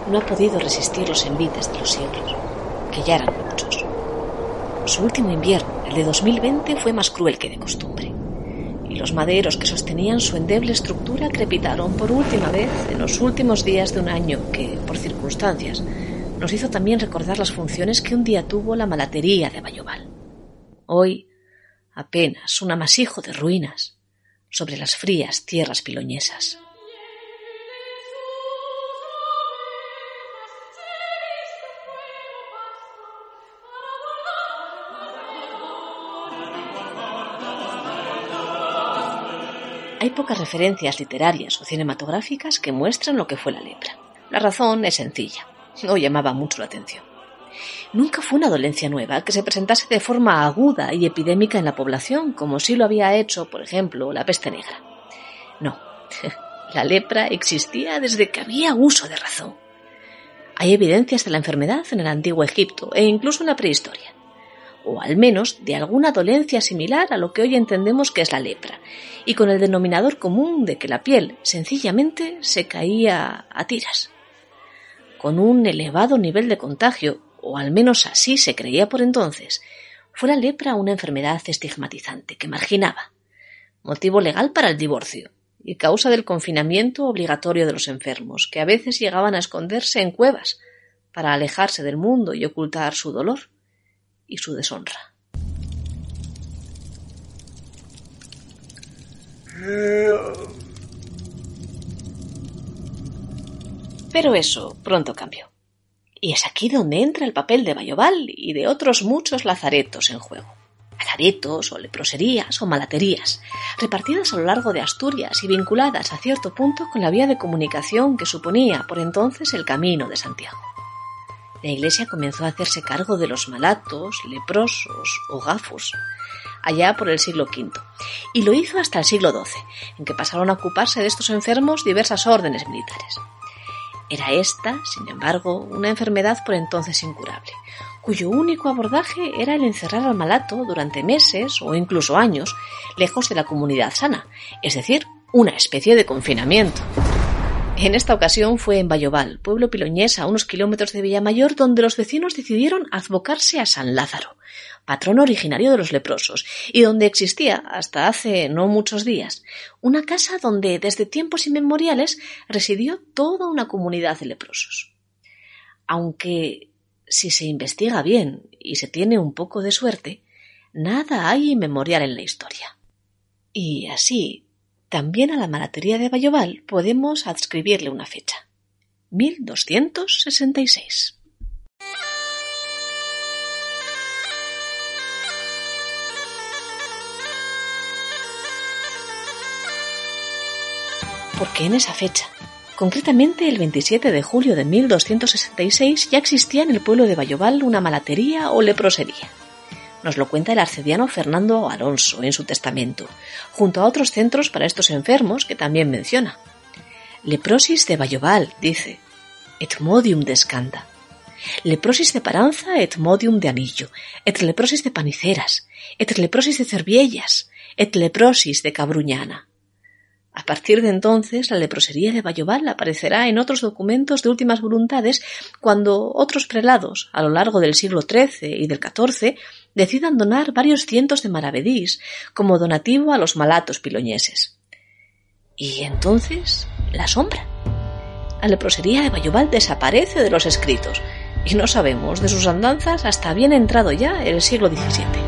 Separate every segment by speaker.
Speaker 1: no ha podido resistir los envites de los siglos, que ya eran muchos. Su último invierno, el de 2020, fue más cruel que de costumbre, y los maderos que sostenían su endeble estructura crepitaron por última vez en los últimos días de un año que, por circunstancias, nos hizo también recordar las funciones que un día tuvo la malatería de Bayobal. Hoy, apenas un amasijo de ruinas sobre las frías tierras piloñesas. Hay pocas referencias literarias o cinematográficas que muestran lo que fue la lepra. La razón es sencilla, no llamaba mucho la atención. Nunca fue una dolencia nueva que se presentase de forma aguda y epidémica en la población, como sí lo había hecho, por ejemplo, la peste negra. No, la lepra existía desde que había uso de razón. Hay evidencias de la enfermedad en el antiguo Egipto e incluso en la prehistoria, o al menos de alguna dolencia similar a lo que hoy entendemos que es la lepra, y con el denominador común de que la piel sencillamente se caía a tiras. Con un elevado nivel de contagio, o al menos así se creía por entonces, fue la lepra una enfermedad estigmatizante que marginaba, motivo legal para el divorcio y causa del confinamiento obligatorio de los enfermos, que a veces llegaban a esconderse en cuevas para alejarse del mundo y ocultar su dolor y su deshonra. Pero eso pronto cambió. Y es aquí donde entra el papel de Bayobal y de otros muchos lazaretos en juego. Lazaretos o leproserías o malaterías, repartidas a lo largo de Asturias y vinculadas a cierto punto con la vía de comunicación que suponía por entonces el Camino de Santiago. La Iglesia comenzó a hacerse cargo de los malatos, leprosos o gafos, allá por el siglo V, y lo hizo hasta el siglo XII, en que pasaron a ocuparse de estos enfermos diversas órdenes militares. Era esta, sin embargo, una enfermedad por entonces incurable, cuyo único abordaje era el encerrar al malato durante meses o incluso años lejos de la comunidad sana, es decir, una especie de confinamiento. En esta ocasión fue en Bayobal, pueblo piloñés a unos kilómetros de Villamayor, donde los vecinos decidieron advocarse a San Lázaro, patrón originario de los leprosos, y donde existía, hasta hace no muchos días, una casa donde desde tiempos inmemoriales residió toda una comunidad de leprosos. Aunque, si se investiga bien y se tiene un poco de suerte, nada hay inmemorial en la historia. Y así, también a la malatería de Bayobal podemos adscribirle una fecha: 1266. Porque en esa fecha, concretamente el 27 de julio de 1266, ya existía en el pueblo de Bayobal una malatería o leprosería. Nos lo cuenta el arcediano Fernando Alonso en su testamento, junto a otros centros para estos enfermos que también menciona. Leprosis de Bayobal, dice, et modium de Escanda. Leprosis de Paranza et modium de Anillo, et leprosis de Paniceras, et leprosis de Cerviellas, et leprosis de Cabruñana. A partir de entonces, la leprosería de Bayobal aparecerá en otros documentos de últimas voluntades cuando otros prelados, a lo largo del siglo XIII y del XIV, decidan donar varios cientos de maravedís como donativo a los malatos piloñeses. Y entonces, la sombra. La leprosería de Bayobal desaparece de los escritos y no sabemos de sus andanzas hasta bien entrado ya el siglo XVII.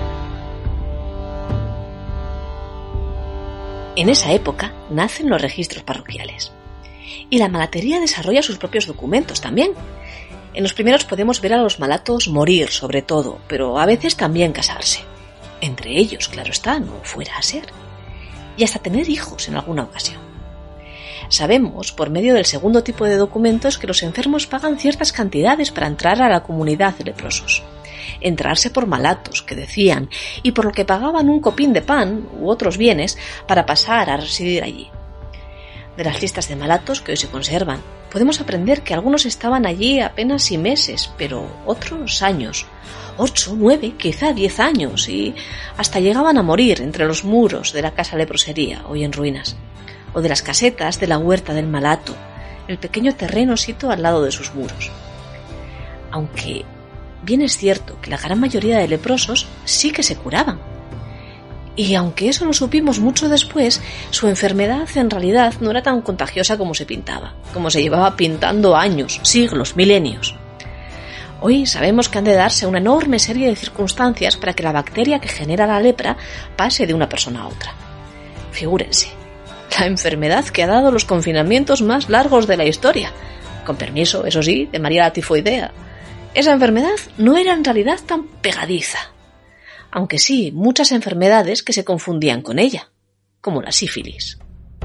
Speaker 1: En esa época nacen los registros parroquiales. Y la malatería desarrolla sus propios documentos también. En los primeros podemos ver a los malatos morir, sobre todo, pero a veces también casarse. Entre ellos, claro está, no fuera a ser. Y hasta tener hijos en alguna ocasión. Sabemos, por medio del segundo tipo de documentos, que los enfermos pagan ciertas cantidades para entrar a la comunidad de leprosos. Entrarse por malatos, que decían, y por lo que pagaban un copín de pan u otros bienes para pasar a residir allí. De las listas de malatos que hoy se conservan, podemos aprender que algunos estaban allí apenas meses, pero otros años, 8, 9, quizá 10 años, y hasta llegaban a morir entre los muros de la casa leprosería, hoy en ruinas, o de las casetas de la huerta del malato, el pequeño terreno situado al lado de sus muros. Aunque bien es cierto que la gran mayoría de leprosos sí que se curaban. Y aunque eso lo supimos mucho después, su enfermedad en realidad no era tan contagiosa como se pintaba, como se llevaba pintando años, siglos, milenios. Hoy sabemos que han de darse una enorme serie de circunstancias para que la bacteria que genera la lepra pase de una persona a otra. Figúrense, la enfermedad que ha dado los confinamientos más largos de la historia, con permiso, eso sí, de María la tifoidea. Esa enfermedad no era en realidad tan pegadiza, aunque sí muchas enfermedades que se confundían con ella, como la sífilis.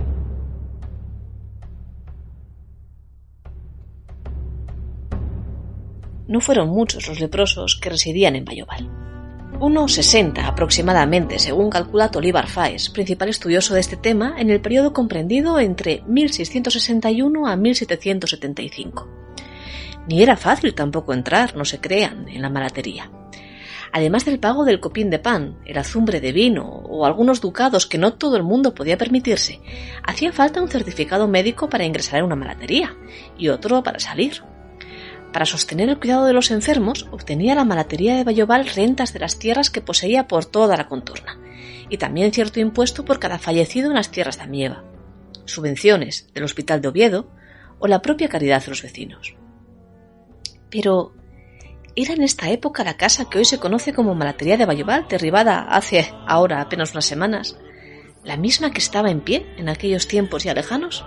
Speaker 1: No fueron muchos los leprosos que residían en Bayobal. Unos 60 aproximadamente, según calcula Tolíbar Fáez, principal estudioso de este tema en el periodo comprendido entre 1661 a 1775. Ni era fácil tampoco entrar, no se crean, en la malatería. Además del pago del copín de pan, el azumbre de vino o algunos ducados que no todo el mundo podía permitirse, hacía falta un certificado médico para ingresar en una malatería y otro para salir. Para sostener el cuidado de los enfermos, obtenía la malatería de Bayobal rentas de las tierras que poseía por toda la contorna, y también cierto impuesto por cada fallecido en las tierras de Amieva, subvenciones del Hospital de Oviedo o la propia caridad de los vecinos. Pero era en esta época la casa que hoy se conoce como Malatería de Bayobal, derribada hace ahora apenas unas semanas, la misma que estaba en pie en aquellos tiempos ya lejanos.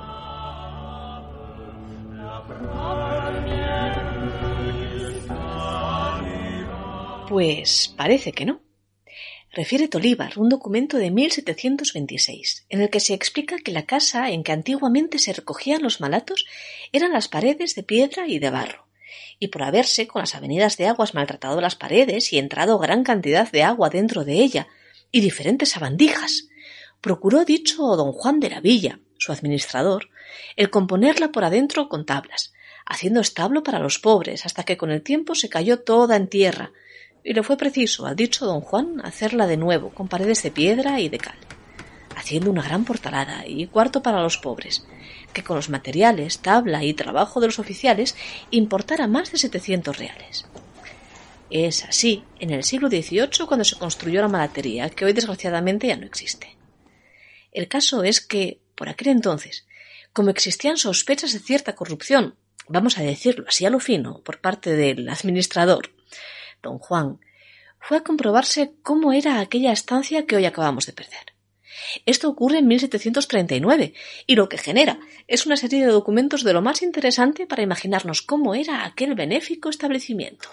Speaker 1: Pues parece que no. Refiere Tolíbar un documento de 1726, en el que se explica que la casa en que antiguamente se recogían los malatos eran las paredes de piedra y de barro, y por haberse con las avenidas de aguas maltratado las paredes y entrado gran cantidad de agua dentro de ella, y diferentes sabandijas, procuró dicho don Juan de la Villa, su administrador, el componerla por adentro con tablas, haciendo establo para los pobres, hasta que con el tiempo se cayó toda en tierra, y le fue preciso al dicho don Juan hacerla de nuevo con paredes de piedra y de cal, haciendo una gran portalada y cuarto para los pobres, que con los materiales, tabla y trabajo de los oficiales importara más de 700 reales. Es así en el siglo XVIII cuando se construyó la malatería, que hoy desgraciadamente ya no existe. El caso es que, por aquel entonces, como existían sospechas de cierta corrupción, vamos a decirlo así a lo fino, por parte del administrador, don Juan, fue a comprobarse cómo era aquella estancia que hoy acabamos de perder. Esto ocurre en 1739 y lo que genera es una serie de documentos de lo más interesante para imaginarnos cómo era aquel benéfico establecimiento.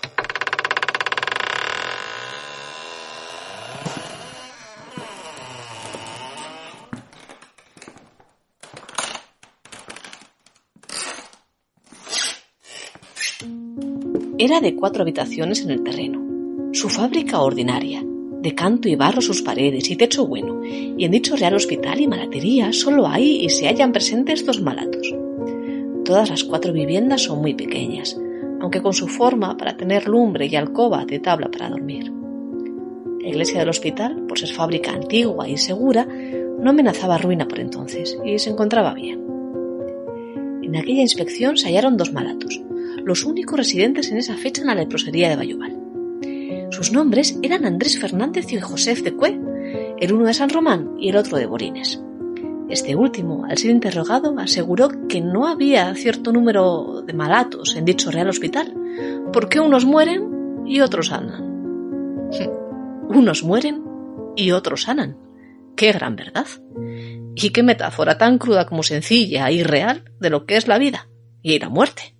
Speaker 1: Era de 4 habitaciones en el terreno, su fábrica ordinaria, de canto y barro sus paredes y techo bueno, y en dicho Real Hospital y Malatería solo hay y se hallan presentes 2 malatos. Todas las 4 viviendas son muy pequeñas, aunque con su forma para tener lumbre y alcoba de tabla para dormir. La iglesia del hospital, por ser fábrica antigua y segura, no amenazaba ruina por entonces y se encontraba bien. En aquella inspección se hallaron 2 malatos, los únicos residentes en esa fecha en la leprosería de Bayobal. Sus nombres eran Andrés Fernández y Josef de Cue, el uno de San Román y el otro de Borines. Este último, al ser interrogado, aseguró que no había cierto número de malatos en dicho Real Hospital, porque unos mueren y otros sanan. Unos mueren y otros sanan. ¡Qué gran verdad! Y qué metáfora tan cruda como sencilla y real de lo que es la vida y la muerte.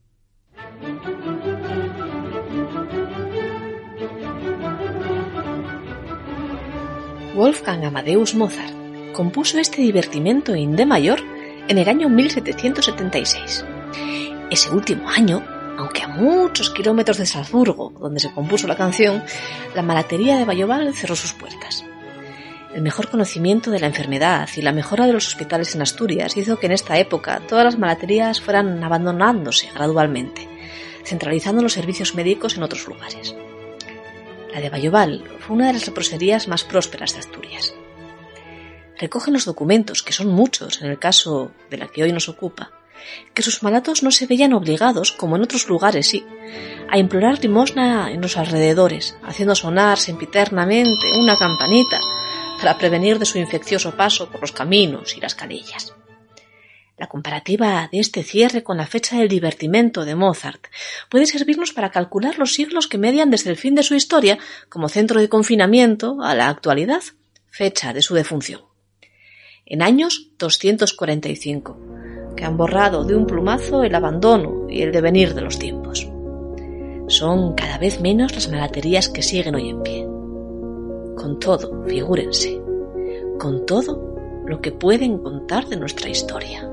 Speaker 1: Wolfgang Amadeus Mozart compuso este divertimento in D mayor en el año 1776. Ese último año, aunque a muchos kilómetros de Salzburgo, donde se compuso la canción, la malatería de Bayobal cerró sus puertas. El mejor conocimiento de la enfermedad y la mejora de los hospitales en Asturias hizo que en esta época todas las malaterías fueran abandonándose gradualmente, centralizando los servicios médicos en otros lugares. La de Bayobal fue una de las leproserías más prósperas de Asturias. Recogen los documentos, que son muchos en el caso de la que hoy nos ocupa, que sus malatos no se veían obligados, como en otros lugares sí, a implorar limosna en los alrededores, haciendo sonar sempiternamente una campanita para prevenir de su infeccioso paso por los caminos y las calillas. La comparativa de este cierre con la fecha del divertimento de Mozart puede servirnos para calcular los siglos que median desde el fin de su historia como centro de confinamiento a la actualidad, fecha de su defunción. En años 245, que han borrado de un plumazo el abandono y el devenir de los tiempos. Son cada vez menos las malaterías que siguen hoy en pie. Con todo, figúrense, con todo lo que pueden contar de nuestra historia.